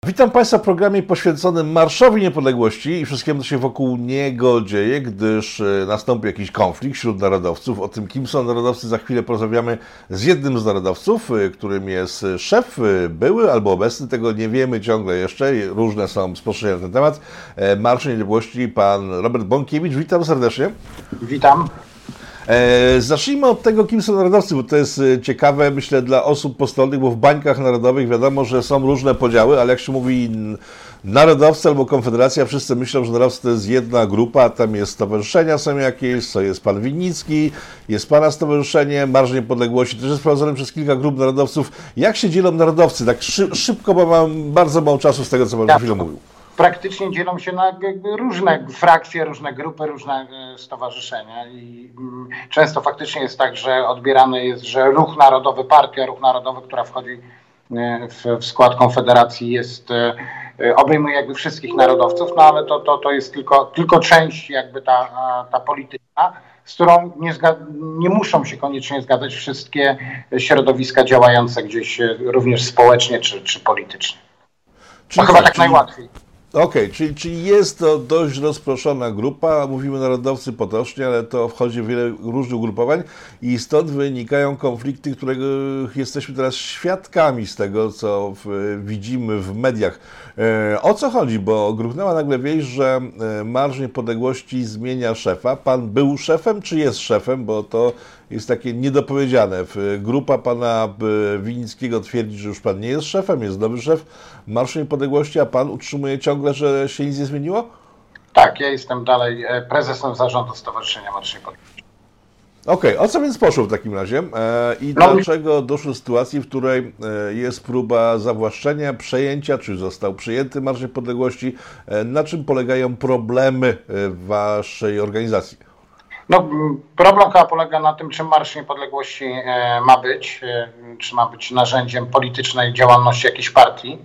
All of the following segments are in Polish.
Witam Państwa w programie poświęconym Marszowi Niepodległości i wszystkiemu, co się wokół niego dzieje, gdyż nastąpi jakiś konflikt wśród narodowców. O tym, kim są narodowcy, za chwilę porozmawiamy z jednym z narodowców, którym jest szef, były albo obecny, tego nie wiemy ciągle jeszcze, różne są spostrzeżenia na ten temat, Marszu Niepodległości, pan Robert Bąkiewicz. Witam serdecznie. Witam. Zacznijmy od tego, kim są narodowcy, bo to jest ciekawe, myślę, dla osób postronnych, bo w bańkach narodowych wiadomo, że są różne podziały, ale jak się mówi narodowcy albo konfederacja, wszyscy myślą, że narodowcy to jest jedna grupa, tam jest stowarzyszenia są jakieś, co jest pan Winnicki, jest pana stowarzyszenie, Marsz Niepodległości, też jest prowadzony przez kilka grup narodowców. Jak się dzielą narodowcy? Tak szybko, bo mam bardzo mało czasu z tego, co pan przed chwilą mówił. Praktycznie dzielą się na różne frakcje, różne grupy, różne stowarzyszenia i często faktycznie jest tak, że odbierane jest, że Ruch Narodowy, partia Ruch Narodowy, która wchodzi w skład Konfederacji obejmuje jakby wszystkich narodowców, no ale to jest tylko część jakby ta polityczna, z którą nie muszą się koniecznie zgadzać wszystkie środowiska działające gdzieś również społecznie czy politycznie. To chyba tak najłatwiej. Okej, czyli jest to dość rozproszona grupa, mówimy narodowcy potocznie, ale to wchodzi w wiele różnych ugrupowań i stąd wynikają konflikty, których jesteśmy teraz świadkami z tego, co widzimy w mediach. O co chodzi? Bo gruchnęła nagle wieść, że Marsz Niepodległości zmienia szefa. Pan był szefem, czy jest szefem? Bo to jest takie niedopowiedziane. Grupa pana Winnickiego twierdzi, że już pan nie jest szefem, jest nowy szef Marszu Niepodległości, a pan utrzymuje ciągle, że się nic nie zmieniło? Tak, ja jestem dalej prezesem zarządu Stowarzyszenia Marsz Niepodległości. Okej, o co więc poszło w takim razie i dlaczego doszło do sytuacji, w której jest próba zawłaszczenia, przejęcia, czy został przejęty Marsz Niepodległości? Na czym polegają problemy w waszej organizacji? No, problem chyba polega na tym, czy Marsz Niepodległości ma być, czy ma być narzędziem politycznej działalności jakiejś partii,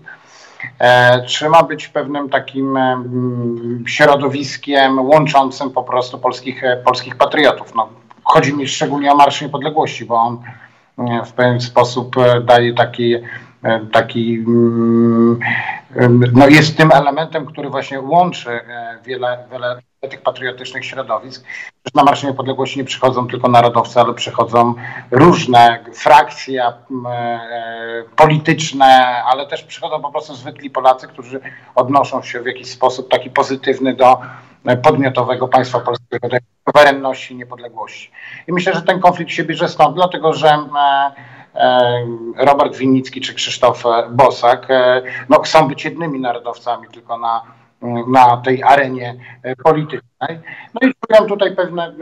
czy ma być pewnym takim środowiskiem łączącym po prostu polskich patriotów. No, chodzi mi szczególnie o Marsz Niepodległości, bo on w pewien sposób daje taki no jest tym elementem, który właśnie łączy wiele tych patriotycznych środowisk. Na Marsz Niepodległości nie przychodzą tylko narodowcy, ale przychodzą różne frakcje polityczne, ale też przychodzą po prostu zwykli Polacy, którzy odnoszą się w jakiś sposób taki pozytywny do podmiotowego państwa polskiego, do suwerenności i niepodległości. I myślę, że ten konflikt się bierze stąd, dlatego że Robert Winnicki czy Krzysztof Bosak chcą być jednymi narodowcami tylko na tej arenie politycznej. No i czują tutaj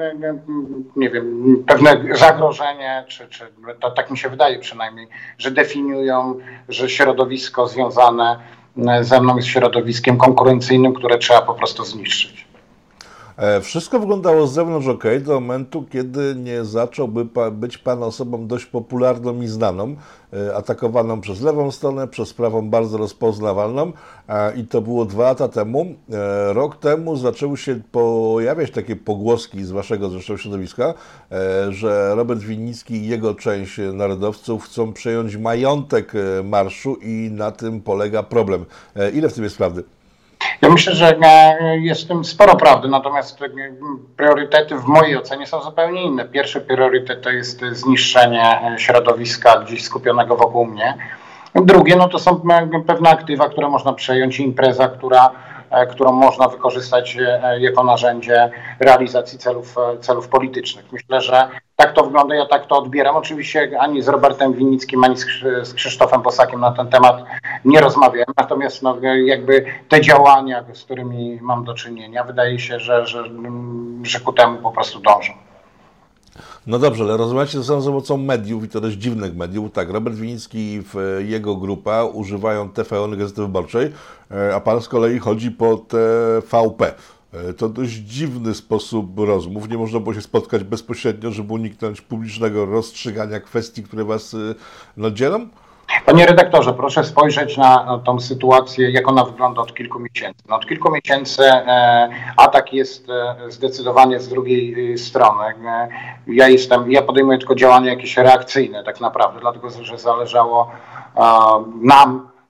pewne zagrożenie, czy to tak mi się wydaje przynajmniej, że definiują, że środowisko związane ze mną jest środowiskiem konkurencyjnym, które trzeba po prostu zniszczyć. Wszystko wyglądało z zewnątrz ok, do momentu, kiedy nie zacząłby być pan osobą dość popularną i znaną, atakowaną przez lewą stronę, przez prawą bardzo rozpoznawalną i to było 2 lata temu. Rok temu zaczęły się pojawiać takie pogłoski z waszego zresztą środowiska, że Robert Winnicki i jego część narodowców chcą przejąć majątek marszu i na tym polega problem. Ile w tym jest prawdy? Ja myślę, że jest w tym sporo prawdy, natomiast priorytety w mojej ocenie są zupełnie inne. Pierwszy priorytet to jest zniszczenie środowiska gdzieś skupionego wokół mnie. Drugie, to są pewne aktywa, które można przejąć, impreza, którą można wykorzystać jako narzędzie realizacji celów politycznych. Myślę, że tak to wygląda, ja tak to odbieram. Oczywiście ani z Robertem Winnickim, ani z Krzysztofem Bosakiem na ten temat nie rozmawiałem, natomiast jakby te działania, z którymi mam do czynienia, wydaje się, że ku temu po prostu dążą. No dobrze, ale rozmawiacie ze sobą za pomocą mediów i to dość dziwnych mediów. Tak, Robert Winnicki i jego grupa używają TVN, Gazety Wyborczej, a pan z kolei chodzi po TVP. To dość dziwny sposób rozmów. Nie można było się spotkać bezpośrednio, żeby uniknąć publicznego rozstrzygania kwestii, które was dzielą? Panie redaktorze, proszę spojrzeć na tą sytuację, jak ona wygląda od kilku miesięcy. Od kilku miesięcy atak jest zdecydowanie z drugiej strony. Ja podejmuję tylko działania jakieś reakcyjne tak naprawdę, dlatego że zależało nam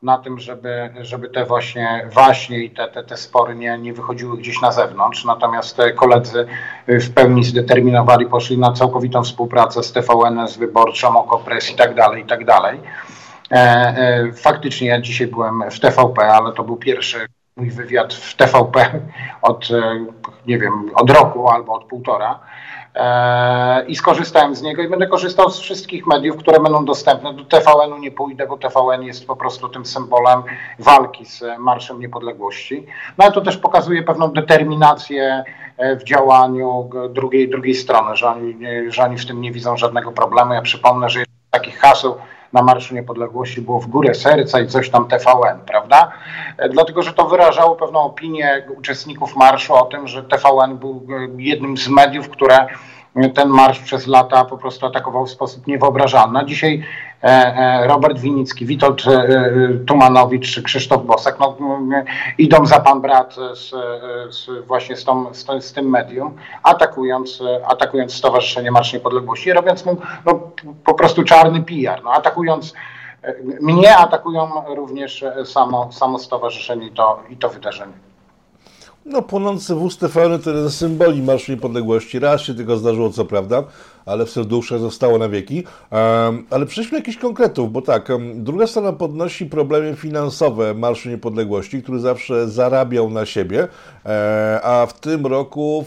na tym, żeby te właśnie waśnie i te spory nie wychodziły gdzieś na zewnątrz. Natomiast koledzy w pełni zdeterminowali, poszli na całkowitą współpracę z TVN, z Wyborczą, Okopres i tak dalej, i tak dalej. Faktycznie ja dzisiaj byłem w TVP, ale to był pierwszy mój wywiad w TVP od, nie wiem, od roku albo od półtora. I skorzystałem z niego i będę korzystał z wszystkich mediów, które będą dostępne. Do TVN-u nie pójdę, bo TVN jest po prostu tym symbolem walki z Marszem Niepodległości. No ale to też pokazuje pewną determinację w działaniu drugiej strony, że oni w tym nie widzą żadnego problemu. Ja przypomnę, że takich haseł na Marszu Niepodległości było w górę serca i coś tam TVN, prawda? Dlatego, że to wyrażało pewną opinię uczestników marszu o tym, że TVN był jednym z mediów, które ten marsz przez lata po prostu atakował w sposób niewyobrażalny. A dzisiaj Robert Winnicki, Witold Tumanowicz czy Krzysztof Bosak idą za pan brat właśnie z tym medium, atakując Stowarzyszenie Marsz Niepodległości, robiąc mu po prostu czarny PR. Atakując mnie, atakują również samo stowarzyszenie i to wydarzenie. Płonący wóz TVN to jeden z symboli Marszu Niepodległości. Raz się tylko zdarzyło, co prawda, ale w serduszach zostało na wieki. Ale przejdźmy do jakichś konkretów, bo tak, druga strona podnosi problemy finansowe Marszu Niepodległości, który zawsze zarabiał na siebie, a w tym roku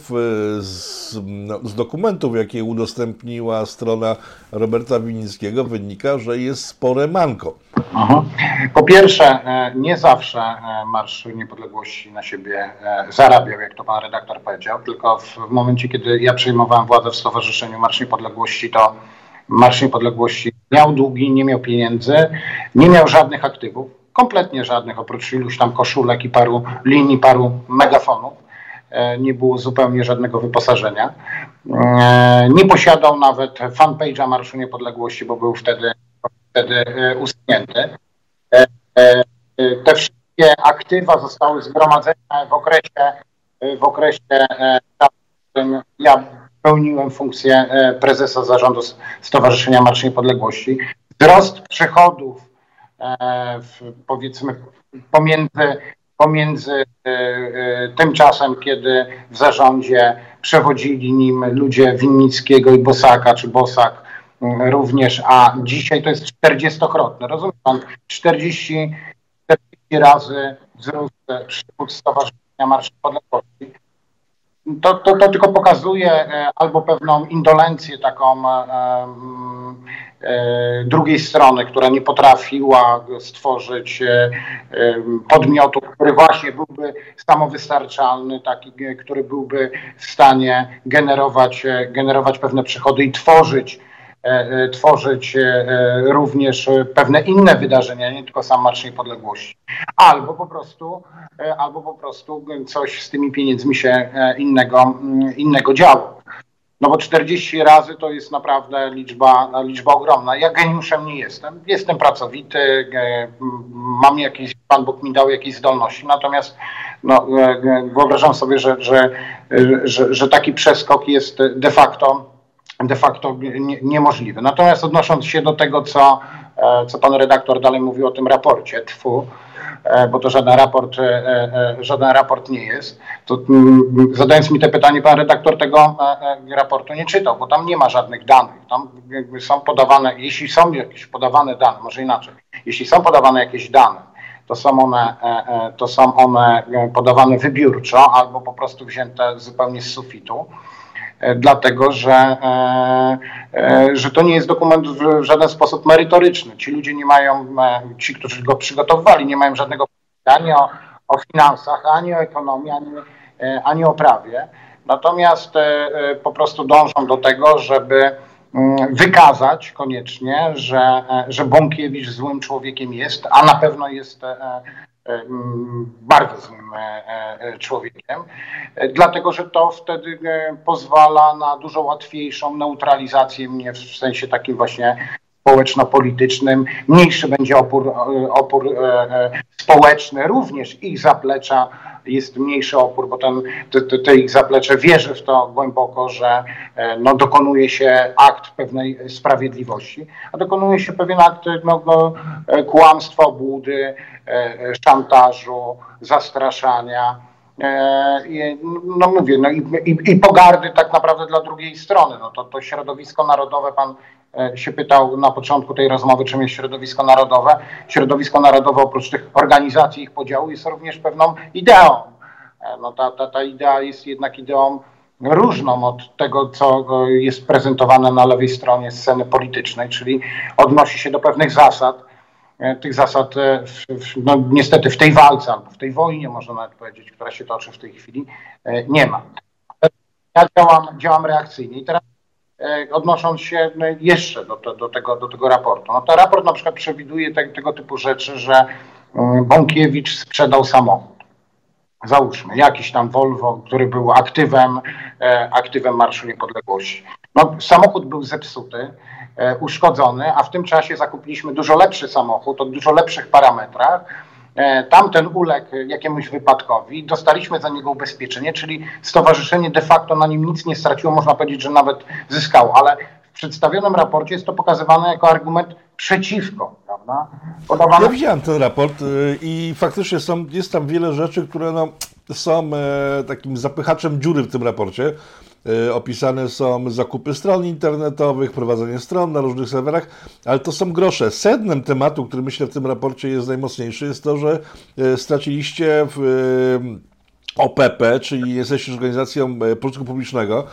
z dokumentów, jakie udostępniła strona Roberta Winnickiego, wynika, że jest spore manko. Po pierwsze, nie zawsze Marsz Niepodległości na siebie zarabiał, jak to pan redaktor powiedział, tylko w momencie, kiedy ja przejmowałem władzę w Stowarzyszeniu Marsz Niepodległości, to Marsz Niepodległości miał długi, nie miał pieniędzy, nie miał żadnych aktywów, kompletnie żadnych, oprócz iluś tam koszulek i paru linii, paru megafonów. Nie było zupełnie żadnego wyposażenia. Nie posiadał nawet fanpage'a Marszu Niepodległości, bo był wtedy usunięty. Te wszystkie aktywa zostały zgromadzone w okresie, w którym ja pełniłem funkcję prezesa zarządu Stowarzyszenia Marsz Niepodległości. Wzrost przychodów powiedzmy pomiędzy tym czasem, kiedy w zarządzie przewodzili nim ludzie Winnickiego i Bosaka, czy Bosak również, a dzisiaj to jest 40-krotny. Rozumie pan? 40 razy wzrósł przychód Stowarzyszenia Marsz Niepodległości. To tylko pokazuje albo pewną indolencję taką drugiej strony, która nie potrafiła stworzyć podmiotu, który właśnie byłby samowystarczalny, taki, który byłby w stanie generować pewne przychody i tworzyć również pewne inne wydarzenia, nie tylko sam Marsz Niepodległości. Albo po prostu coś z tymi pieniędzmi się innego działo. No bo 40 razy to jest naprawdę liczba ogromna. Ja geniuszem nie jestem. Jestem pracowity, mam Pan Bóg mi dał jakieś zdolności, natomiast wyobrażam sobie, że taki przeskok jest de facto niemożliwy. Natomiast odnosząc się do tego, co pan redaktor dalej mówił o tym raporcie, bo to żaden raport nie jest, to zadając mi to pytanie, pan redaktor tego raportu nie czytał, bo tam nie ma żadnych danych. Tam są podawane, jeśli są jakieś podawane dane, może inaczej, jeśli są podawane jakieś dane, to są one podawane wybiórczo albo po prostu wzięte zupełnie z sufitu. Dlatego, że to nie jest dokument w żaden sposób merytoryczny. Ci ludzie nie mają, ci, którzy go przygotowywali, nie mają żadnego pytania o finansach, ani o ekonomii, ani o prawie. Natomiast po prostu dążą do tego, żeby wykazać koniecznie, że Bąkiewicz złym człowiekiem jest, a na pewno jest bardzo złym człowiekiem, dlatego że to wtedy pozwala na dużo łatwiejszą neutralizację mnie w sensie takim właśnie społeczno-politycznym. Mniejszy będzie opór społeczny, również ich zaplecza jest mniejszy opór, bo te ich zaplecze wierzy w to głęboko, że dokonuje się akt pewnej sprawiedliwości, a dokonuje się pewien akt kłamstwa, obłudy, szantażu, zastraszania. I pogardy tak naprawdę dla drugiej strony. To środowisko narodowe, pan się pytał na początku tej rozmowy, czym jest środowisko narodowe. Środowisko narodowe oprócz tych organizacji, ich podziału jest również pewną ideą. Ta idea jest jednak ideą różną od tego, co jest prezentowane na lewej stronie sceny politycznej, czyli odnosi się do pewnych zasad. Tych zasad niestety w tej walce albo w tej wojnie, można nawet powiedzieć, która się toczy w tej chwili, nie ma. Ja działam reakcyjnie i teraz odnosząc się jeszcze do tego raportu. To raport na przykład przewiduje tego typu rzeczy, że Bąkiewicz sprzedał samochód. Załóżmy, jakiś tam Volvo, który był aktywem Marszu Niepodległości. Samochód był zepsuty, uszkodzony, a w tym czasie zakupiliśmy dużo lepszy samochód o dużo lepszych parametrach. Tamten uległ jakiemuś wypadkowi, dostaliśmy za niego ubezpieczenie, czyli stowarzyszenie de facto na nim nic nie straciło, można powiedzieć, że nawet zyskało, ale w przedstawionym raporcie jest to pokazywane jako argument przeciwko, prawda? Ja widziałem ten raport i faktycznie jest tam wiele rzeczy, które są takim zapychaczem dziury w tym raporcie. Opisane są zakupy stron internetowych, prowadzenie stron na różnych serwerach, ale to są grosze. Sednem tematu, który myślę w tym raporcie jest najmocniejszy, jest to, że straciliście w OPP, czyli jesteście organizacją pożytku publicznego,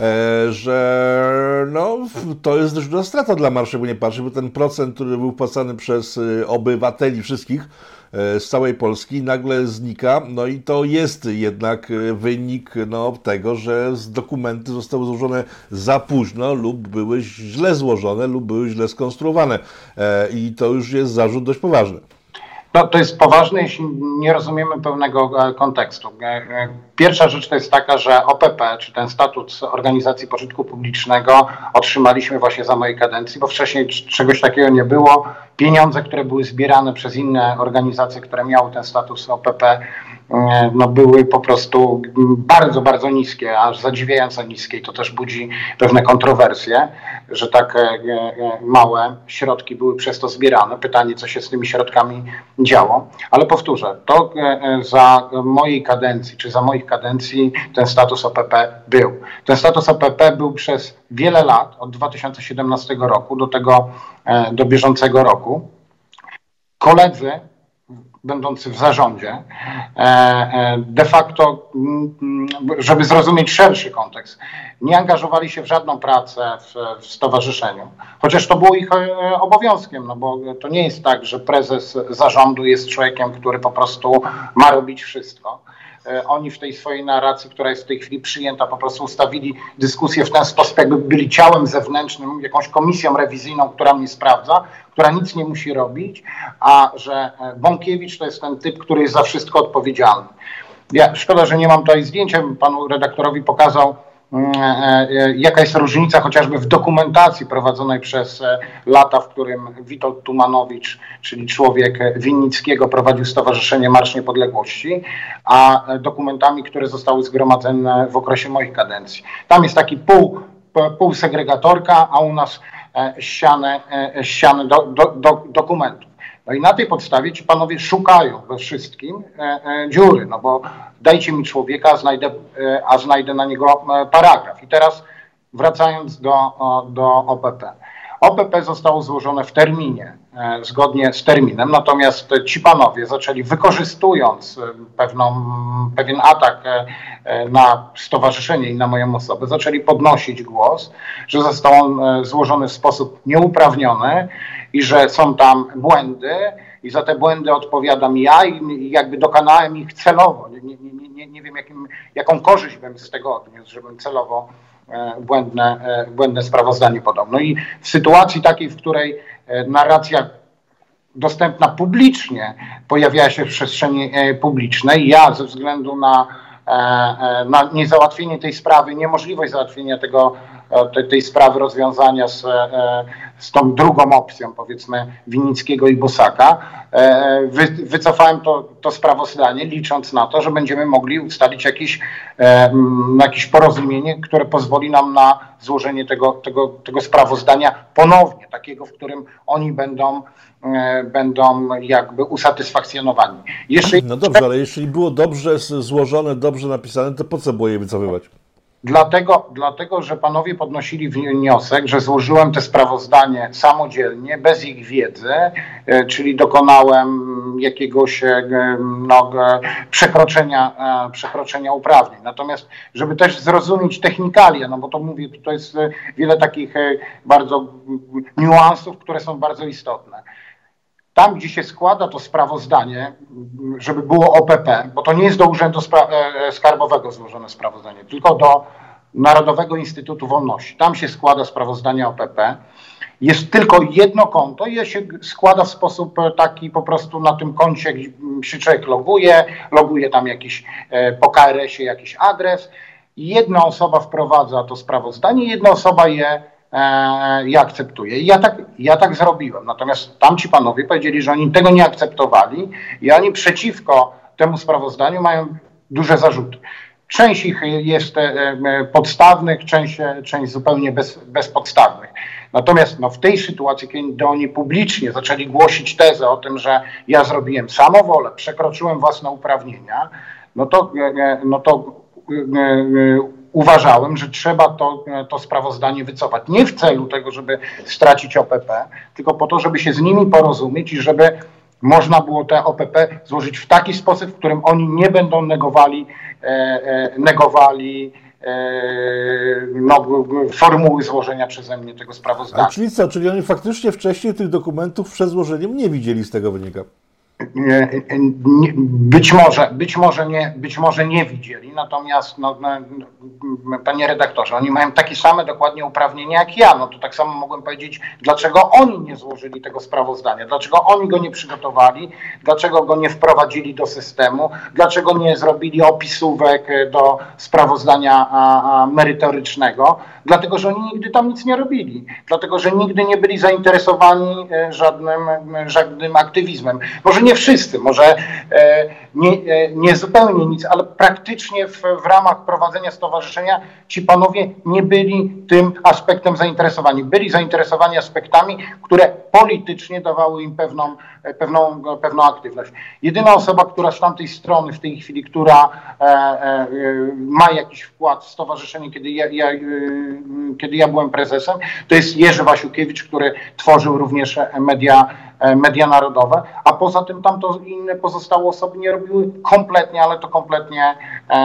że to jest dość duża strata dla marszu, jakby nie patrzeć, bo ten procent, który był wpłacany przez obywateli wszystkich z całej Polski, nagle znika. I to jest jednak wynik tego, że dokumenty zostały złożone za późno lub były źle złożone lub były źle skonstruowane. I to już jest zarzut dość poważny. To jest poważne, jeśli nie rozumiemy pełnego kontekstu. Pierwsza rzecz to jest taka, że OPP, czy ten statut organizacji pożytku publicznego otrzymaliśmy właśnie za mojej kadencji, bo wcześniej czegoś takiego nie było. Pieniądze, które były zbierane przez inne organizacje, które miały ten status OPP, były po prostu bardzo, bardzo niskie, aż zadziwiająco niskie i to też budzi pewne kontrowersje, że tak małe środki były przez to zbierane. Pytanie, co się z tymi środkami działo, ale powtórzę, to za mojej kadencji, czy za moich kadencji ten status OPP był. Ten status OPP był przez wiele lat, od 2017 roku do bieżącego roku. Koledzy będący w zarządzie, de facto, żeby zrozumieć szerszy kontekst, nie angażowali się w żadną pracę w stowarzyszeniu, chociaż to było ich obowiązkiem, bo to nie jest tak, że prezes zarządu jest człowiekiem, który po prostu ma robić wszystko. Oni w tej swojej narracji, która jest w tej chwili przyjęta, po prostu ustawili dyskusję w ten sposób, jakby byli ciałem zewnętrznym, jakąś komisją rewizyjną, która mnie sprawdza, która nic nie musi robić, a że Bąkiewicz to jest ten typ, który jest za wszystko odpowiedzialny. Szkoda, że nie mam tutaj zdjęcia, bym panu redaktorowi pokazał, jaka jest różnica chociażby w dokumentacji prowadzonej przez lata, w którym Witold Tumanowicz, czyli człowiek Winnickiego, prowadził Stowarzyszenie Marsz Niepodległości, a dokumentami, które zostały zgromadzone w okresie moich kadencji. Tam jest taki pół segregatorka, a u nas ściany dokumentów. I na tej podstawie ci panowie szukają we wszystkim dziury, bo dajcie mi człowieka, a znajdę na niego paragraf. I teraz wracając do OPP. OPP zostało złożone w terminie, zgodnie z terminem, natomiast ci panowie zaczęli, wykorzystując pewien atak na stowarzyszenie i na moją osobę, zaczęli podnosić głos, że został on złożony w sposób nieuprawniony i że są tam błędy i za te błędy odpowiadam ja i jakby dokonałem ich celowo. Nie wiem, jaką korzyść bym z tego odniósł, żebym celowo błędne sprawozdanie podał. I w sytuacji takiej, w której narracja dostępna publicznie pojawiała się w przestrzeni publicznej, ja ze względu na niezałatwienie tej sprawy, niemożliwość załatwienia tego tej sprawy rozwiązania z tą drugą opcją, powiedzmy, Winnickiego i Bosaka, wycofałem to sprawozdanie, licząc na to, że będziemy mogli ustalić jakieś porozumienie, które pozwoli nam na złożenie tego sprawozdania ponownie, takiego, w którym oni będą jakby usatysfakcjonowani. No dobrze, ale jeśli było dobrze złożone, dobrze napisane, to po co było je wycofywać? Dlatego, że panowie podnosili wniosek, że złożyłem te sprawozdanie samodzielnie, bez ich wiedzy, czyli dokonałem jakiegoś przekroczenia uprawnień. Natomiast, żeby też zrozumieć technikalia, no bo to mówię, to jest wiele takich bardzo niuansów, które są bardzo istotne. Tam, gdzie się składa to sprawozdanie, żeby było OPP, bo to nie jest do Urzędu Skarbowego złożone sprawozdanie, tylko do Narodowego Instytutu Wolności. Tam się składa sprawozdanie OPP. Jest tylko jedno konto i je się składa w sposób taki po prostu na tym koncie, się człowiek loguje tam jakiś po KRS-ie jakiś adres. Jedna osoba wprowadza to sprawozdanie, jedna osoba je akceptuje. I ja tak zrobiłem. Natomiast tamci panowie powiedzieli, że oni tego nie akceptowali i oni przeciwko temu sprawozdaniu mają duże zarzuty. Część ich jest podstawnych, część zupełnie bezpodstawnych. Natomiast w tej sytuacji, kiedy oni publicznie zaczęli głosić tezę o tym, że ja zrobiłem samowolę, przekroczyłem własne uprawnienia, no to uważałem, że trzeba to sprawozdanie wycofać. Nie w celu tego, żeby stracić OPP, tylko po to, żeby się z nimi porozumieć i żeby można było te OPP złożyć w taki sposób, w którym oni nie będą negowali formuły złożenia przeze mnie tego sprawozdania. Czyli co? Czyli oni faktycznie wcześniej tych dokumentów przed złożeniem nie widzieli, z tego wynika? Być może nie widzieli, natomiast panie redaktorze, oni mają takie same dokładnie uprawnienia jak ja, to tak samo mogłem powiedzieć, dlaczego oni nie złożyli tego sprawozdania, dlaczego oni go nie przygotowali, dlaczego go nie wprowadzili do systemu, dlaczego nie zrobili opisówek do sprawozdania merytorycznego, dlatego, że oni nigdy tam nic nie robili, dlatego, że nigdy nie byli zainteresowani żadnym aktywizmem. Może nie wszyscy, może nie zupełnie nic, ale praktycznie w ramach prowadzenia stowarzyszenia ci panowie nie byli tym aspektem zainteresowani. Byli zainteresowani aspektami, które politycznie dawały im pewną aktywność. Jedyna osoba, która z tamtej strony w tej chwili, która ma jakiś wkład w stowarzyszenie, kiedy ja byłem prezesem, to jest Jerzy Wasiukiewicz, który tworzył również media narodowe, a poza tym tamto inne pozostałe osoby nie robiły kompletnie, ale to kompletnie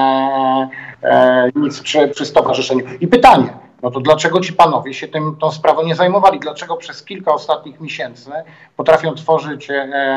nic przy stowarzyszeniu. I pytanie, to dlaczego ci panowie się tą sprawą nie zajmowali? Dlaczego przez kilka ostatnich miesięcy potrafią tworzyć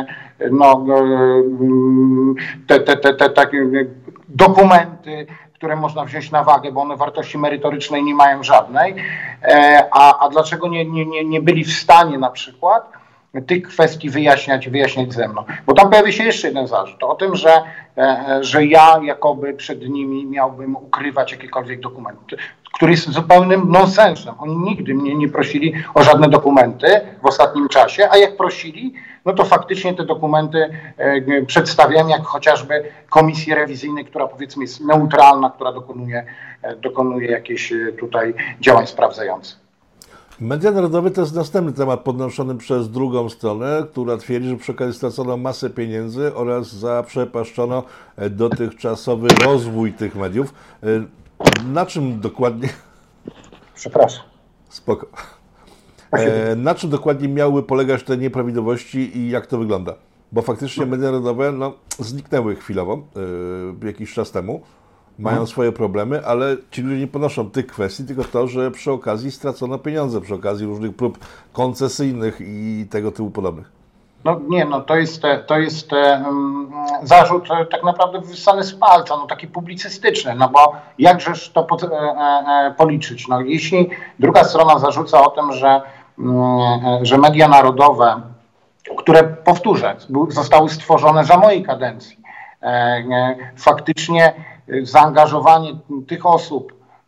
te takie dokumenty, które można wziąć na wagę, bo one wartości merytorycznej nie mają żadnej, a dlaczego nie byli w stanie na przykład tych kwestii wyjaśniać ze mną. Bo tam pojawi się jeszcze jeden zarzut, o tym, że ja jakoby przed nimi miałbym ukrywać jakiekolwiek dokumenty, który jest zupełnym nonsensem. Oni nigdy mnie nie prosili o żadne dokumenty w ostatnim czasie, a jak prosili, to faktycznie te dokumenty przedstawiałem, jak chociażby komisji rewizyjnej, która powiedzmy jest neutralna, która dokonuje jakichś tutaj działań sprawdzających. Media narodowe to jest następny temat podnoszony przez drugą stronę, która twierdzi, że przy okazji stracono masę pieniędzy oraz zaprzepaszczono dotychczasowy rozwój tych mediów. Na czym dokładnie... Przepraszam. Spoko. Na czym dokładnie miały polegać te nieprawidłowości i jak to wygląda? Bo faktycznie media narodowe zniknęły chwilowo, jakiś czas temu. Mają swoje problemy, ale ci ludzie nie ponoszą tych kwestii, tylko to, że przy okazji stracono pieniądze, przy okazji różnych prób koncesyjnych i tego typu podobnych. To jest zarzut tak naprawdę wyssany z palca, taki publicystyczny, bo jakżeż to policzyć? Jeśli druga strona zarzuca o tym, że media narodowe, które, powtórzę, zostały stworzone za mojej kadencji, faktycznie zaangażowanie tych osób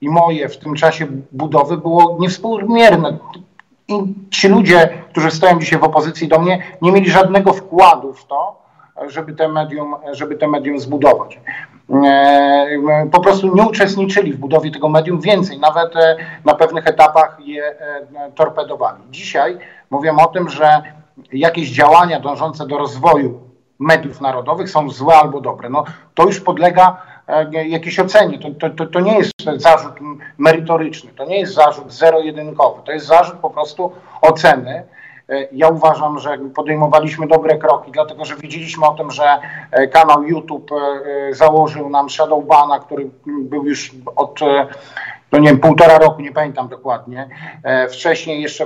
i moje w tym czasie budowy było niewspółmierne. I ci ludzie, którzy stoją dzisiaj w opozycji do mnie, nie mieli żadnego wkładu w to, żeby te medium zbudować. Po prostu nie uczestniczyli w budowie tego medium, więcej, nawet na pewnych etapach je torpedowali. Dzisiaj mówię o tym, że jakieś działania dążące do rozwoju mediów narodowych są złe albo dobre. No, to już podlega jakiejś ocenie. To nie jest zarzut merytoryczny, to nie jest zarzut zero-jedynkowy, to jest zarzut po prostu oceny. Ja uważam, że podejmowaliśmy dobre kroki, dlatego że wiedzieliśmy o tym, że kanał YouTube założył nam Shadowbana, który był już od, no nie wiem, 1,5 roku, nie pamiętam dokładnie. Wcześniej jeszcze w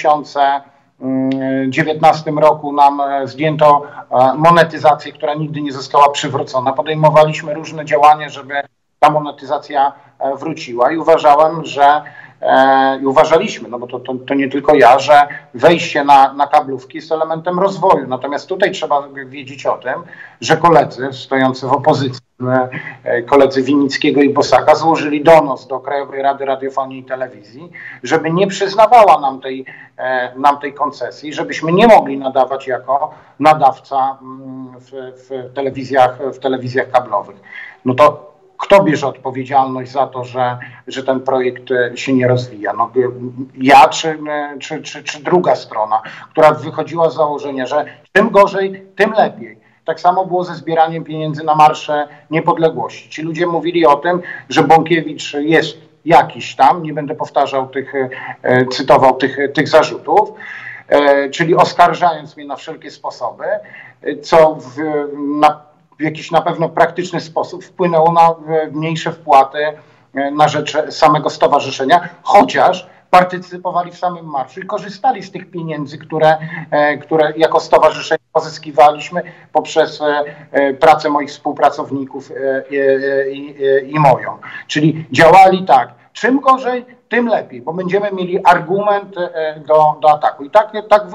2019 roku nam zdjęto monetyzację, która nigdy nie została przywrócona. Podejmowaliśmy różne działania, żeby ta monetyzacja wróciła i uważałem, że i uważaliśmy, no bo to nie tylko ja, że wejście na kablówki jest elementem rozwoju. Natomiast tutaj trzeba wiedzieć o tym, że koledzy stojący w opozycji, koledzy Winnickiego i Bosaka złożyli donos do Krajowej Rady Radiofonii i Telewizji, żeby nie przyznawała nam tej koncesji, żebyśmy nie mogli nadawać jako nadawca w telewizjach kablowych. No to kto bierze odpowiedzialność za to, że ten projekt się nie rozwija? No, ja czy druga strona, która wychodziła z założenia, że czym gorzej, tym lepiej. Tak samo było ze zbieraniem pieniędzy na Marsze Niepodległości. Ci ludzie mówili o tym, że Bąkiewicz jest jakiś tam, nie będę powtarzał cytował tych zarzutów, czyli oskarżając mnie na wszelkie sposoby, co w jakiś na pewno praktyczny sposób wpłynęło na mniejsze wpłaty na rzecz samego stowarzyszenia, chociaż partycypowali w samym marszu i korzystali z tych pieniędzy, które jako stowarzyszenie pozyskiwaliśmy poprzez pracę moich współpracowników i moją. Czyli działali tak, czym gorzej, tym lepiej, bo będziemy mieli argument do ataku. I tak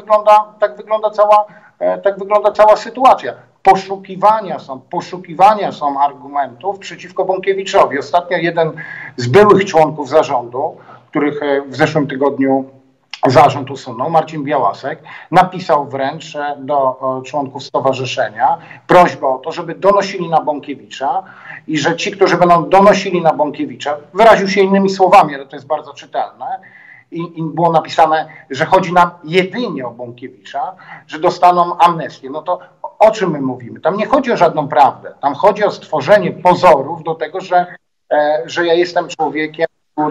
wygląda cała sytuacja. Poszukiwania są argumentów przeciwko Bąkiewiczowi. Ostatnio jeden z byłych członków zarządu, których w zeszłym tygodniu zarząd usunął, Marcin Białasek, napisał wręcz do członków stowarzyszenia prośbę o to, żeby donosili na Bąkiewicza i że ci, którzy będą donosili na Bąkiewicza, wyraził się innymi słowami, ale to jest bardzo czytelne, i było napisane, że chodzi nam jedynie o Bąkiewicza, że dostaną amnestię. No to o czym my mówimy? Tam nie chodzi o żadną prawdę. Tam chodzi o stworzenie pozorów do tego, że ja jestem człowiekiem,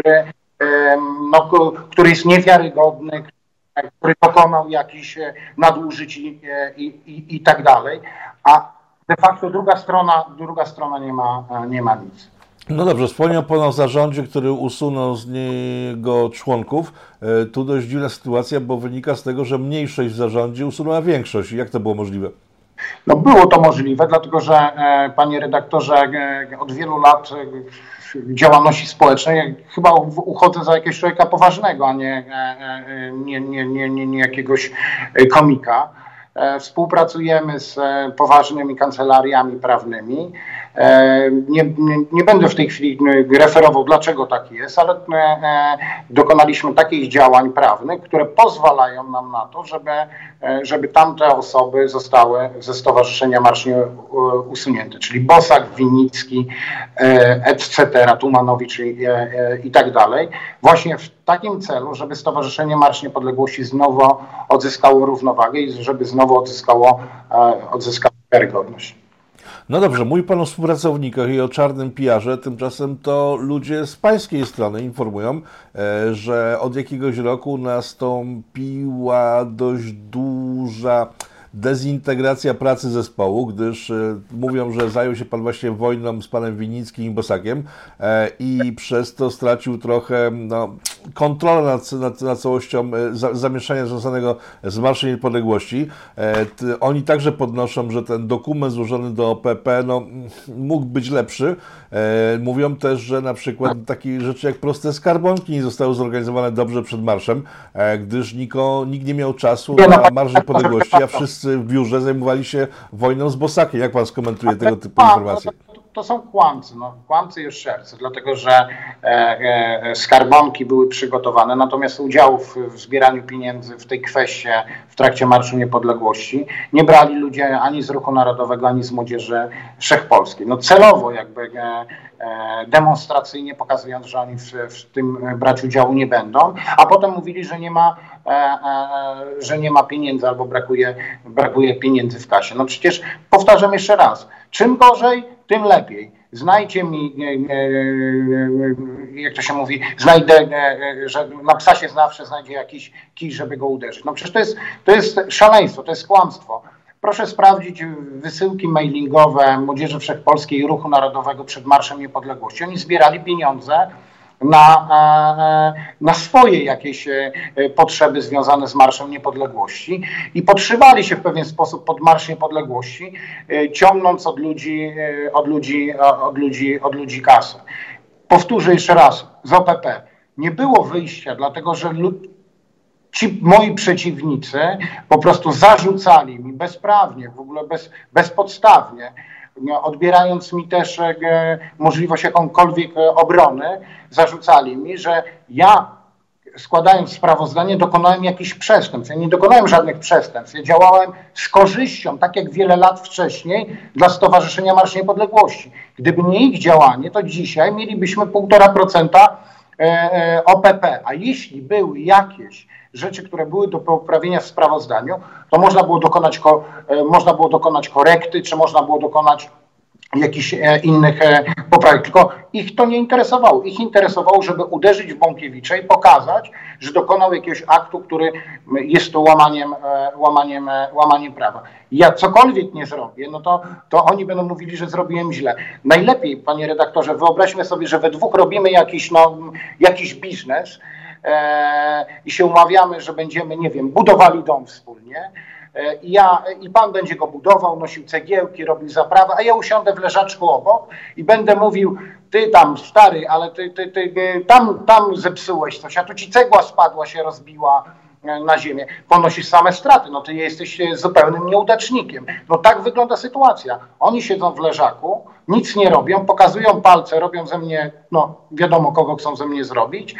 który jest niewiarygodny, który dokonał jakichś nadużyć i tak dalej. A de facto druga strona nie ma nic. No dobrze, wspomniał Pan o zarządzie, który usunął z niego członków. Tu dość dziwna sytuacja, bo wynika z tego, że mniejszość w zarządzie usunęła większość. Jak to było możliwe? No było to możliwe, dlatego że, panie redaktorze, od wielu lat działalności społecznej chyba uchodzę za jakiegoś człowieka poważnego, a nie jakiegoś komika. Współpracujemy z poważnymi kancelariami prawnymi. Nie będę w tej chwili referował, dlaczego tak jest, ale dokonaliśmy takich działań prawnych, które pozwalają nam na to, żeby tamte osoby zostały ze Stowarzyszenia Marsz usunięte, czyli Bosak, Winnicki, etc., Tumanowicz i tak dalej. Właśnie w takim celu, żeby Stowarzyszenie Marsz Niepodległości znowu odzyskało równowagę i żeby znowu odzyskało wiarygodność. No dobrze, mówi Pan o współpracownikach i o czarnym PR-ze, tymczasem to ludzie z Pańskiej strony informują, że od jakiegoś roku nastąpiła dość duża dezintegracja pracy zespołu, gdyż mówią, że zajął się Pan właśnie wojną z Panem Winnickim i Bosakiem i przez to stracił trochę kontrolę nad całością zamieszania związanego z Marszem Niepodległości. Oni także podnoszą, że ten dokument złożony do OPP mógł być lepszy. Mówią też, że na przykład takie rzeczy jak proste skarbonki nie zostały zorganizowane dobrze przed marszem, gdyż nikt nie miał czasu na Marsz Niepodległości, a wszyscy w biurze zajmowali się wojną z Bosakiem. Jak Pan skomentuje tego typu informacje? to są kłamcy, no, kłamcy i oszczercy, dlatego że skarbonki były przygotowane, natomiast udziału w zbieraniu pieniędzy w tej kwestii w trakcie Marszu Niepodległości nie brali ludzie ani z Ruchu Narodowego, ani z Młodzieży Wszechpolskiej. No celowo jakby demonstracyjnie pokazując, że oni w tym brać udziału nie będą, a potem mówili, że nie ma pieniędzy albo brakuje pieniędzy w kasie. No przecież powtarzam jeszcze raz, czym gorzej, tym lepiej. Znajdźcie mi, jak to się mówi, że na psa się zawsze znajdzie jakiś kij, żeby go uderzyć. No przecież to jest szaleństwo, to jest kłamstwo. Proszę sprawdzić wysyłki mailingowe Młodzieży Wszechpolskiej i Ruchu Narodowego przed Marszem Niepodległości. Oni zbierali pieniądze na swoje jakieś potrzeby związane z Marszem Niepodległości i podszywali się w pewien sposób pod Marsz Niepodległości, ciągnąc od ludzi kasę. Powtórzę jeszcze raz, z OPP nie było wyjścia, dlatego że ci moi przeciwnicy po prostu zarzucali mi bezprawnie, w ogóle bezpodstawnie, odbierając mi też możliwość jakąkolwiek obrony, zarzucali mi, że ja składając sprawozdanie dokonałem jakichś przestępstw. Ja nie dokonałem żadnych przestępstw. Ja działałem z korzyścią, tak jak wiele lat wcześniej dla Stowarzyszenia Marsz Niepodległości. Gdyby nie ich działanie, to dzisiaj mielibyśmy 1,5% OPP, a jeśli były jakieś rzeczy, które były do poprawienia w sprawozdaniu, to można było dokonać korekty, czy można było dokonać jakichś innych poprawek. Tylko ich to nie interesowało. Ich interesowało, żeby uderzyć w Bąkiewicza i pokazać, że dokonał jakiegoś aktu, który jest to łamaniem prawa. Ja cokolwiek nie zrobię, no to oni będą mówili, że zrobiłem źle. Najlepiej, panie redaktorze, wyobraźmy sobie, że we dwóch robimy jakiś biznes i się umawiamy, że będziemy, nie wiem, budowali dom wspólnie. I pan będzie go budował, nosił cegiełki, robił zaprawę, a ja usiądę w leżaczku obok i będę mówił, ty tam stary, ale ty tam zepsułeś coś, a tu ci cegła spadła, się rozbiła na ziemię. Ponosisz same straty, no ty jesteś zupełnym nieudacznikiem. No tak wygląda sytuacja. Oni siedzą w leżaku, nic nie robią, pokazują palce, robią ze mnie, no wiadomo kogo chcą ze mnie zrobić,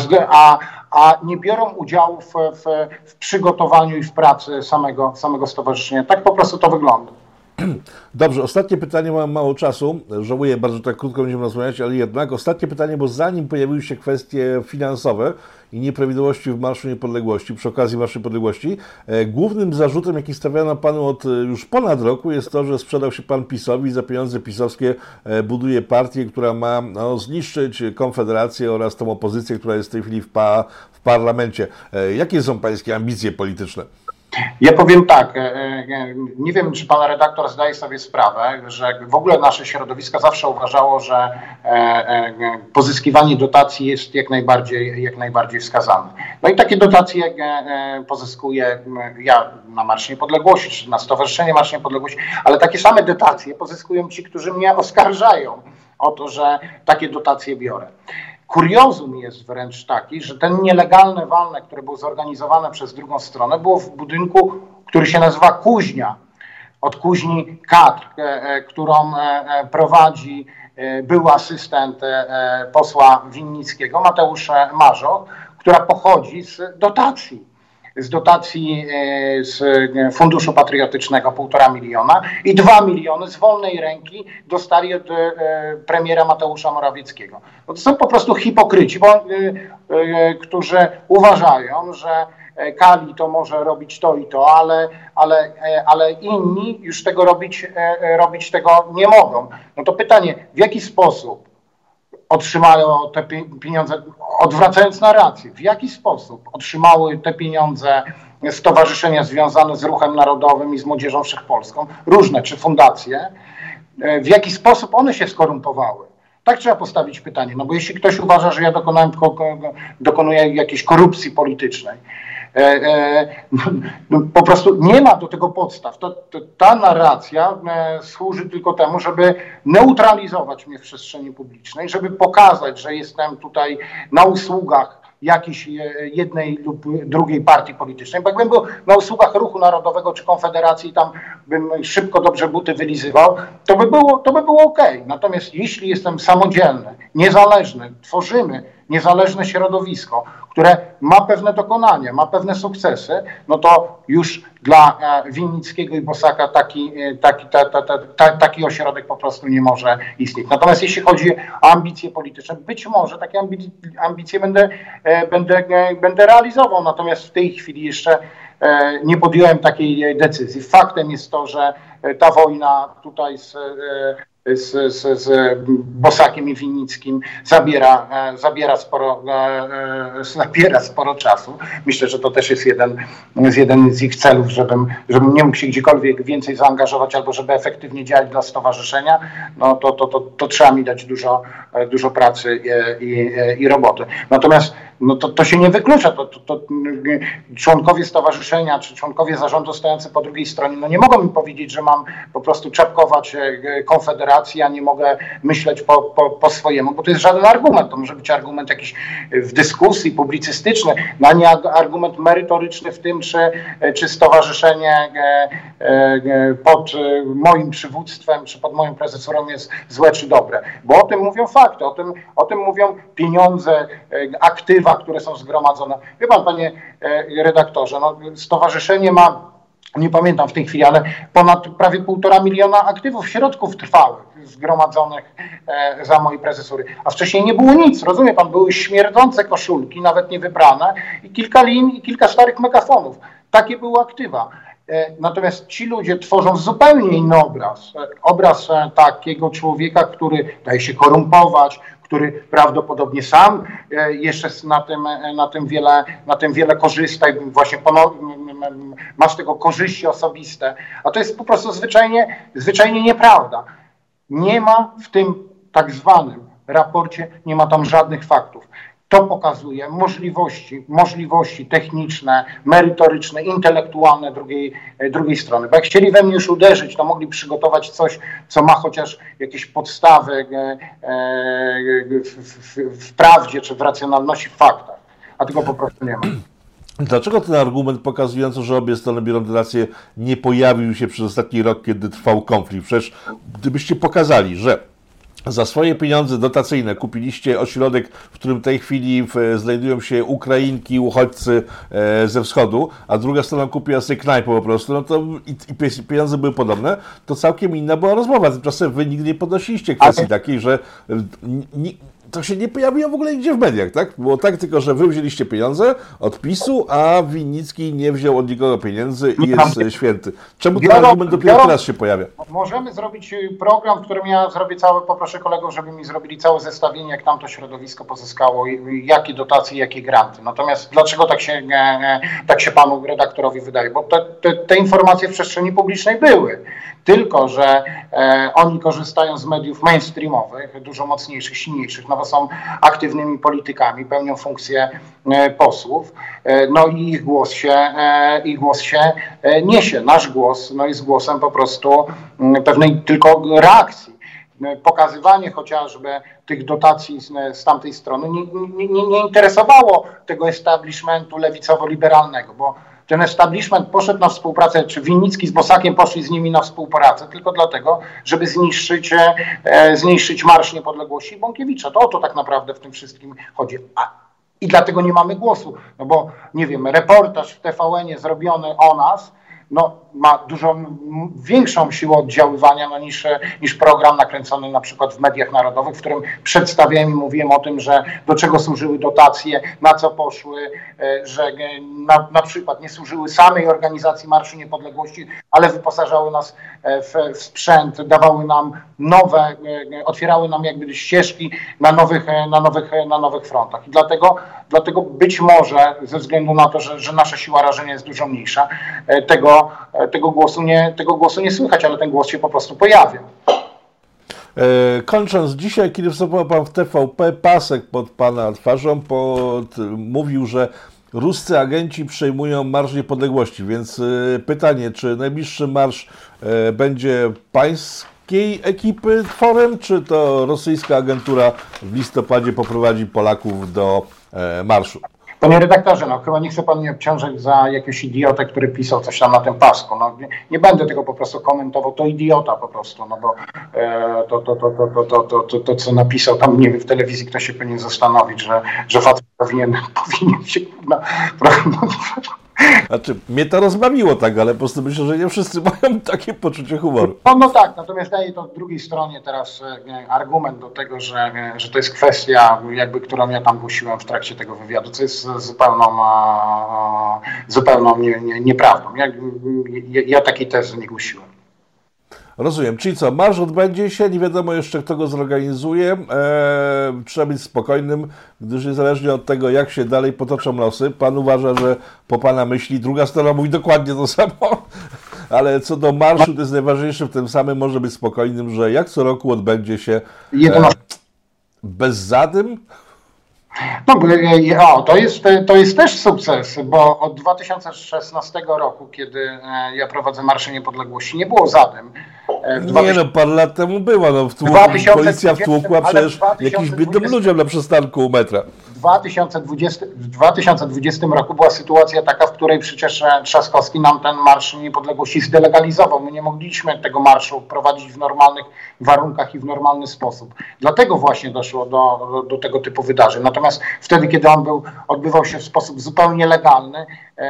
a nie biorą udziału w przygotowaniu i w pracy samego stowarzyszenia. Tak po prostu to wygląda. Dobrze, ostatnie pytanie, mam mało czasu, żałuję bardzo, tak krótko będziemy rozmawiać, ale jednak ostatnie pytanie, bo zanim pojawiły się kwestie finansowe i nieprawidłowości w Marszu Niepodległości, przy okazji Marszu Niepodległości, głównym zarzutem, jaki stawiano panu od już ponad roku, jest to, że sprzedał się pan PiS-owi i za pieniądze pisowskie buduje partię, która ma zniszczyć Konfederację oraz tą opozycję, która jest w tej chwili w parlamencie. Jakie są pańskie ambicje polityczne? Ja powiem tak, nie wiem, czy pan redaktor zdaje sobie sprawę, że w ogóle nasze środowisko zawsze uważało, że pozyskiwanie dotacji jest jak najbardziej wskazane. No i takie dotacje pozyskuję ja na Marsz Niepodległości, czy na Stowarzyszenie Marsz Niepodległości, ale takie same dotacje pozyskują ci, którzy mnie oskarżają o to, że takie dotacje biorę. Kuriozum jest wręcz taki, że ten nielegalny walne, które było zorganizowane przez drugą stronę, było w budynku, który się nazywa Kuźnia, od kuźni kadr, którą prowadzi były asystent posła Winnickiego, Mateusz Marzoch, która pochodzi z dotacji z Funduszu Patriotycznego 1,5 miliona i 2 miliony z wolnej ręki dostali od premiera Mateusza Morawieckiego. No to są po prostu hipokryci, którzy uważają, że Kali to może robić to i to, ale inni już tego robić tego nie mogą. No to pytanie, w jaki sposób otrzymało te pieniądze, odwracając narrację, w jaki sposób otrzymały te pieniądze stowarzyszenia związane z Ruchem Narodowym i z Młodzieżą Wszechpolską, różne czy fundacje, w jaki sposób one się skorumpowały? Tak trzeba postawić pytanie, no bo jeśli ktoś uważa, że ja dokonuję jakiejś korupcji politycznej, po prostu nie ma do tego podstaw. Ta narracja służy tylko temu, żeby neutralizować mnie w przestrzeni publicznej, żeby pokazać, że jestem tutaj na usługach jakiejś jednej lub drugiej partii politycznej. Bo jakbym był na usługach Ruchu Narodowego czy Konfederacji, tam bym szybko dobrze buty wylizywał, to by było okej. Natomiast jeśli jestem samodzielny, niezależny, tworzymy niezależne środowisko, które ma pewne dokonania, ma pewne sukcesy, no to już dla Winnickiego i Bosaka taki ośrodek po prostu nie może istnieć. Natomiast jeśli chodzi o ambicje polityczne, być może takie ambicje będę realizował, natomiast w tej chwili jeszcze nie podjąłem takiej decyzji. Faktem jest to, że ta wojna tutaj z Bosakiem i Winnickim zabiera sporo czasu. Myślę, że to też jest jeden z ich celów, żebym nie mógł się gdziekolwiek więcej zaangażować albo żeby efektywnie działać dla stowarzyszenia, no to trzeba mi dać dużo pracy i roboty. Natomiast no to się nie wyklucza. To członkowie stowarzyszenia czy członkowie zarządu stojący po drugiej stronie no nie mogą mi powiedzieć, że mam po prostu czapkować Konfederacji, a nie mogę myśleć po swojemu, bo to jest żaden argument. To może być argument jakiś w dyskusji publicystyczny, a nie argument merytoryczny w tym, czy stowarzyszenie pod moim przywództwem, czy pod moją prezesurą jest złe czy dobre. Bo o tym mówią fakty, o tym mówią pieniądze, aktywa, które są zgromadzone. Wie pan, panie redaktorze, no, stowarzyszenie ma, nie pamiętam w tej chwili, ale ponad prawie 1,5 miliona aktywów, środków trwałych zgromadzonych za mojej prezesury. A wcześniej nie było nic, rozumie pan, były śmierdzące koszulki, nawet nie wybrane i kilka lin i kilka starych megafonów. Takie były aktywa. Natomiast ci ludzie tworzą zupełnie inny obraz takiego człowieka, który daje się korumpować, który prawdopodobnie sam jeszcze na tym wiele korzysta i właśnie ma z tego korzyści osobiste. A to jest po prostu zwyczajnie nieprawda. Nie ma w tym tak zwanym raporcie, nie ma tam żadnych faktów. To pokazuje możliwości techniczne, merytoryczne, intelektualne drugiej strony. Bo jak chcieli we mnie już uderzyć, to mogli przygotować coś, co ma chociaż jakieś podstawy w prawdzie, czy w racjonalności, w faktach. A tego po prostu nie ma. Dlaczego ten argument pokazujący, że obie strony biorą dotacje, nie pojawił się przez ostatni rok, kiedy trwał konflikt? Przecież gdybyście pokazali, że za swoje pieniądze dotacyjne kupiliście ośrodek, w którym w tej chwili znajdują się Ukrainki, uchodźcy ze wschodu, a druga strona kupiła sobie knajpę po prostu, no to i pieniądze były podobne, to całkiem inna była rozmowa. Tymczasem wy nigdy nie podnosiliście kwestii takiej, że to się nie pojawiło w ogóle nigdzie w mediach, tak? Było tak tylko, że wy wzięliście pieniądze od PiS-u, a Winnicki nie wziął od nikogo pieniędzy i jest święty. Czemu ten argument dopiero teraz się pojawia? Możemy zrobić program, w którym ja zrobię poproszę kolegów, żeby mi zrobili całe zestawienie, jak tam to środowisko pozyskało, jakie dotacje, jakie granty. Natomiast dlaczego tak się panu redaktorowi wydaje? Bo te informacje w przestrzeni publicznej były. Tylko że oni korzystają z mediów mainstreamowych, dużo mocniejszych, silniejszych, no bo są aktywnymi politykami, pełnią funkcję posłów, no i ich głos się niesie. Nasz głos no, jest głosem po prostu pewnej tylko reakcji. Pokazywanie chociażby tych dotacji z tamtej strony nie interesowało tego establishmentu lewicowo-liberalnego, bo ten establishment poszedł na współpracę, czy Winnicki z Bosakiem poszli z nimi na współpracę tylko dlatego, żeby zniszczyć Marsz Niepodległości i Bąkiewicza. To o to tak naprawdę w tym wszystkim chodzi. I dlatego nie mamy głosu, no bo nie wiem, reportaż w TVN-ie zrobiony o nas, no, ma dużo większą siłę oddziaływania no, niż program nakręcony na przykład w mediach narodowych, w którym przedstawiałem i mówiłem o tym, że do czego służyły dotacje, na co poszły, że na przykład nie służyły samej organizacji Marszu Niepodległości, ale wyposażały nas w sprzęt, dawały nam nowe, otwierały nam jakby ścieżki na nowych frontach. I dlatego być może ze względu na to, że nasza siła rażenia jest dużo mniejsza, tego głosu nie słychać, ale ten głos się po prostu pojawia. Kończąc, dzisiaj, kiedy wstępował pan w TVP, pasek pod pana twarzą mówił, że ruscy agenci przejmują Marsz Niepodległości, więc pytanie, czy najbliższy marsz będzie pańskiej ekipy tworem, czy to rosyjska agentura w listopadzie poprowadzi Polaków do marszu. Panie redaktorze, no chyba nie chce pan mnie obciążać za jakiegoś idiotę, który pisał coś tam na tym pasku. No, nie będę tego po prostu komentował, to idiota po prostu, no bo to co napisał tam, nie wiem, w telewizji ktoś się powinien zastanowić, że facet powinien się Znaczy, mnie to rozbawiło tak, ale po prostu myślę, że nie wszyscy mają takie poczucie humoru. No tak, natomiast daje to drugiej stronie teraz argument do tego, że to jest kwestia, jakby, którą ja tam głosiłem w trakcie tego wywiadu, co jest zupełną nieprawdą. Ja takiej tezy nie głosiłem. Rozumiem. Czyli co, marsz odbędzie się, nie wiadomo jeszcze kto go zorganizuje. Trzeba być spokojnym, gdyż niezależnie od tego, jak się dalej potoczą losy, pan uważa, że po pana myśli, druga strona mówi dokładnie to samo, ale co do marszu, to jest najważniejsze w tym samym, może być spokojnym, że jak co roku odbędzie się bez zadym. No, to jest też sukces, bo od 2016 roku, kiedy ja prowadzę Marsze Niepodległości, nie było zadym. Parę lat temu była, policja wtłukła przecież jakimś biednym ludziom na przystanku u metra. W 2020 roku była sytuacja taka, w której przecież Trzaskowski nam ten Marsz Niepodległości zdelegalizował. My nie mogliśmy tego marszu prowadzić w normalnych warunkach i w normalny sposób. Dlatego właśnie doszło do tego typu wydarzeń. Natomiast wtedy, kiedy on odbywał się w sposób zupełnie legalny,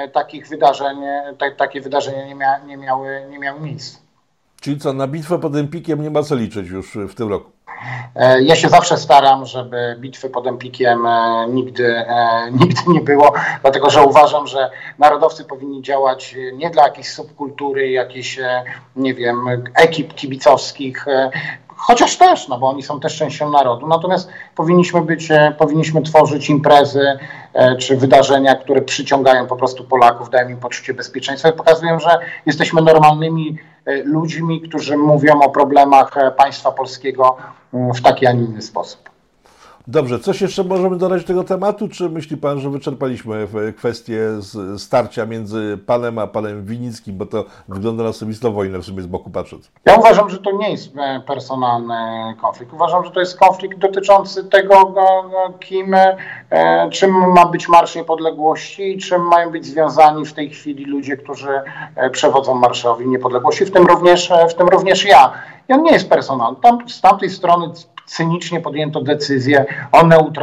takie wydarzenia nie miały miejsca. Czyli co, na bitwę pod Empikiem nie ma co liczyć już w tym roku? Ja się zawsze staram, żeby bitwy pod Empikiem nigdy nie było, dlatego że uważam, że narodowcy powinni działać nie dla jakiejś subkultury, jakichś, nie wiem, ekip kibicowskich, chociaż też, no bo oni są też częścią narodu, natomiast powinniśmy tworzyć imprezy czy wydarzenia, które przyciągają po prostu Polaków, dają im poczucie bezpieczeństwa i pokazują, że jesteśmy normalnymi ludźmi, którzy mówią o problemach państwa polskiego w taki, a nie inny sposób. Dobrze, coś jeszcze możemy dodać do tego tematu, czy myśli pan, że wyczerpaliśmy kwestię starcia między panem a panem Winnickim, bo to wygląda na osobistą wojnę w sumie z boku patrząc? Ja uważam, że to nie jest personalny konflikt. Uważam, że to jest konflikt dotyczący tego, czym ma być Marsz Niepodległości i czym mają być związani w tej chwili ludzie, którzy przewodzą Marszowi Niepodległości, w tym również ja. I on nie jest personalny. Z tamtej strony cynicznie podjęto decyzję o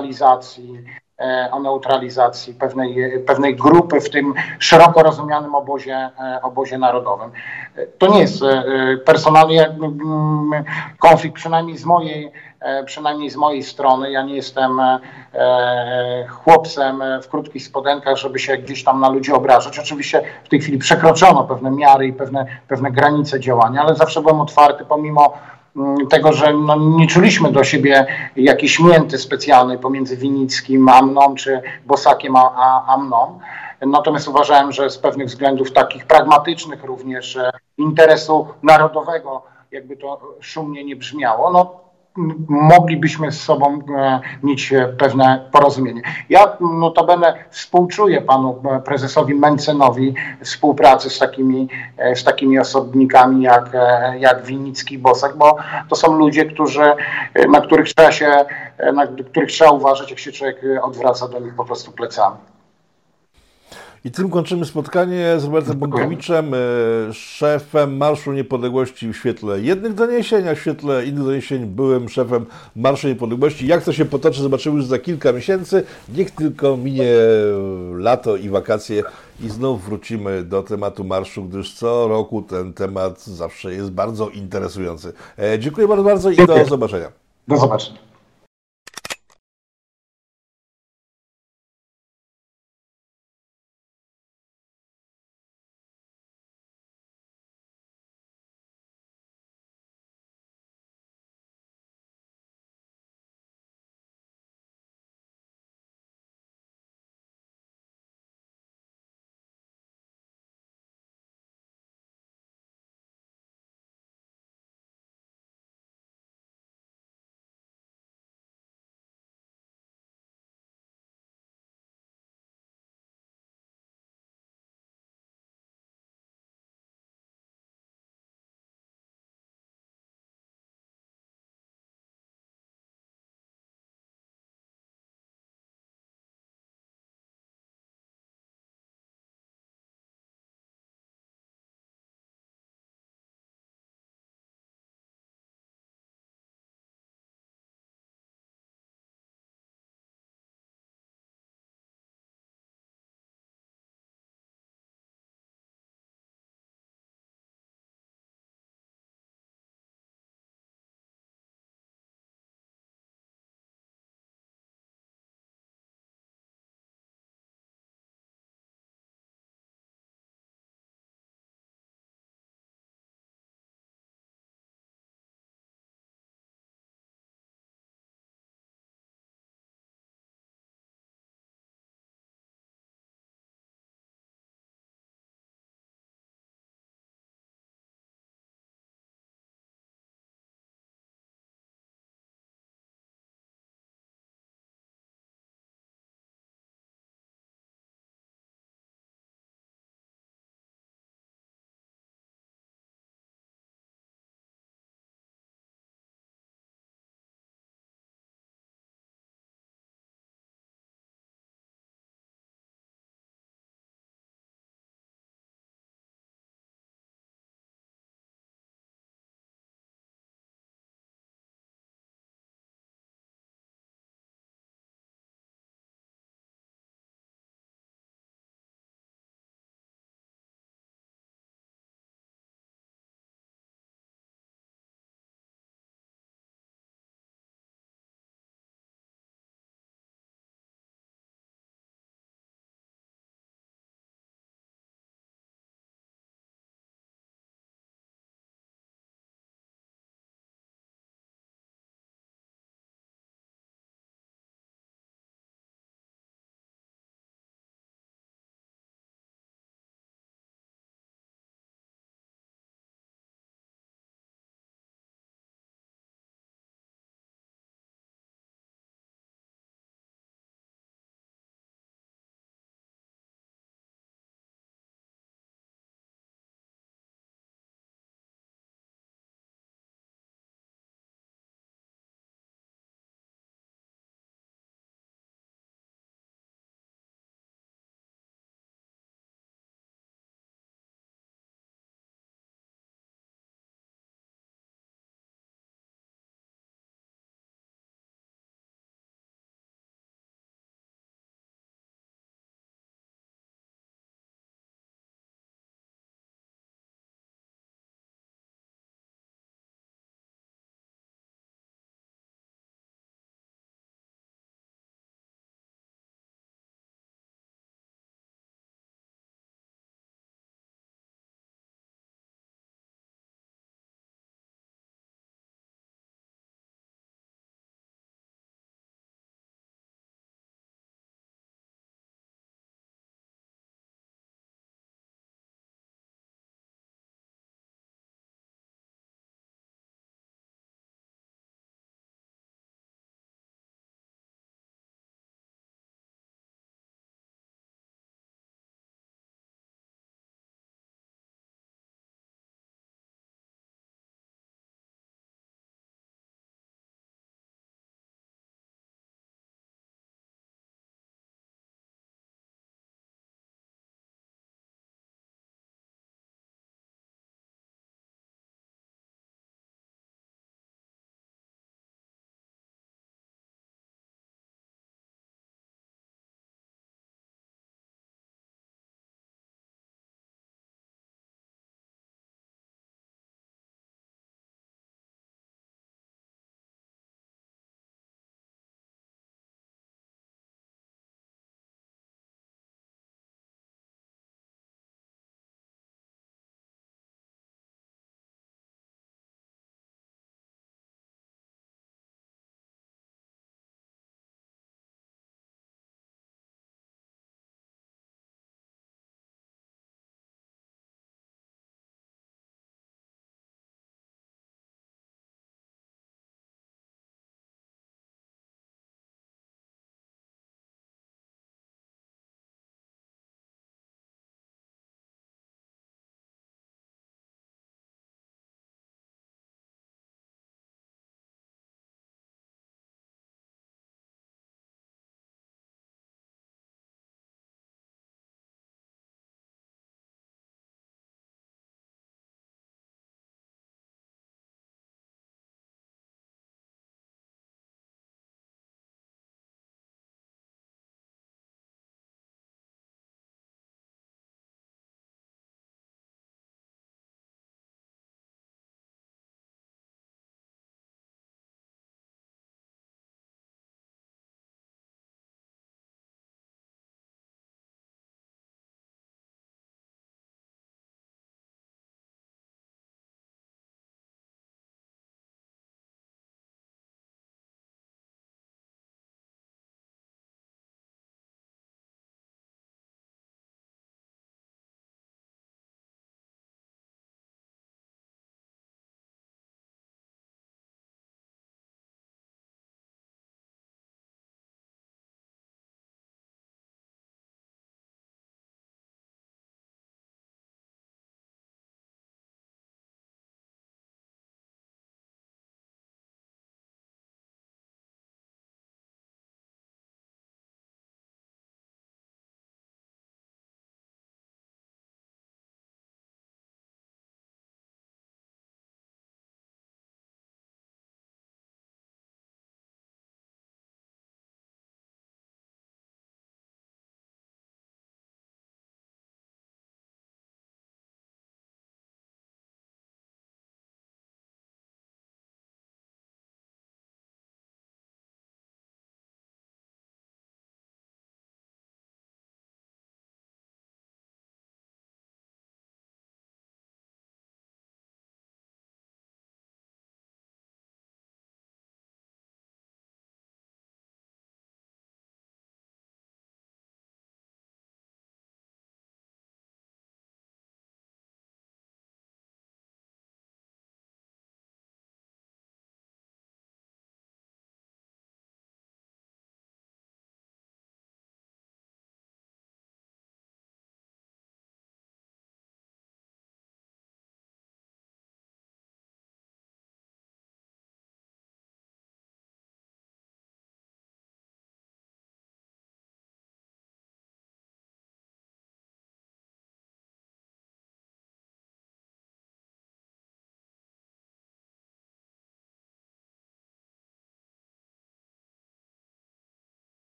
neutralizacji pewnej grupy w tym szeroko rozumianym obozie narodowym. To nie jest personalnie konflikt, przynajmniej z mojej strony. Ja nie jestem chłopcem w krótkich spodenkach, żeby się gdzieś tam na ludzi obrażać. Oczywiście w tej chwili przekroczono pewne miary i pewne granice działania, ale zawsze byłem otwarty, pomimo tego, że nie czuliśmy do siebie jakiejś mięty specjalnej pomiędzy Winnickim a mną, czy Bosakiem a mną. Natomiast uważałem, że z pewnych względów takich pragmatycznych również interesu narodowego, jakby to szumnie nie brzmiało, moglibyśmy z sobą mieć pewne porozumienie. Ja notabene współczuję panu prezesowi Mentzenowi współpracy z takimi osobnikami jak Winnicki i Bosak, bo to są ludzie, na których trzeba uważać, jak się człowiek odwraca do nich po prostu plecami. I tym kończymy spotkanie z Robertem Bąkowiczem, szefem Marszu Niepodległości w świetle jednych doniesień, a w świetle innych doniesień byłym szefem Marszu Niepodległości. Jak to się potoczy, zobaczymy już za kilka miesięcy. Niech tylko minie lato i wakacje i znów wrócimy do tematu marszu, gdyż co roku ten temat zawsze jest bardzo interesujący. Dziękuję bardzo i do zobaczenia. Do zobaczenia.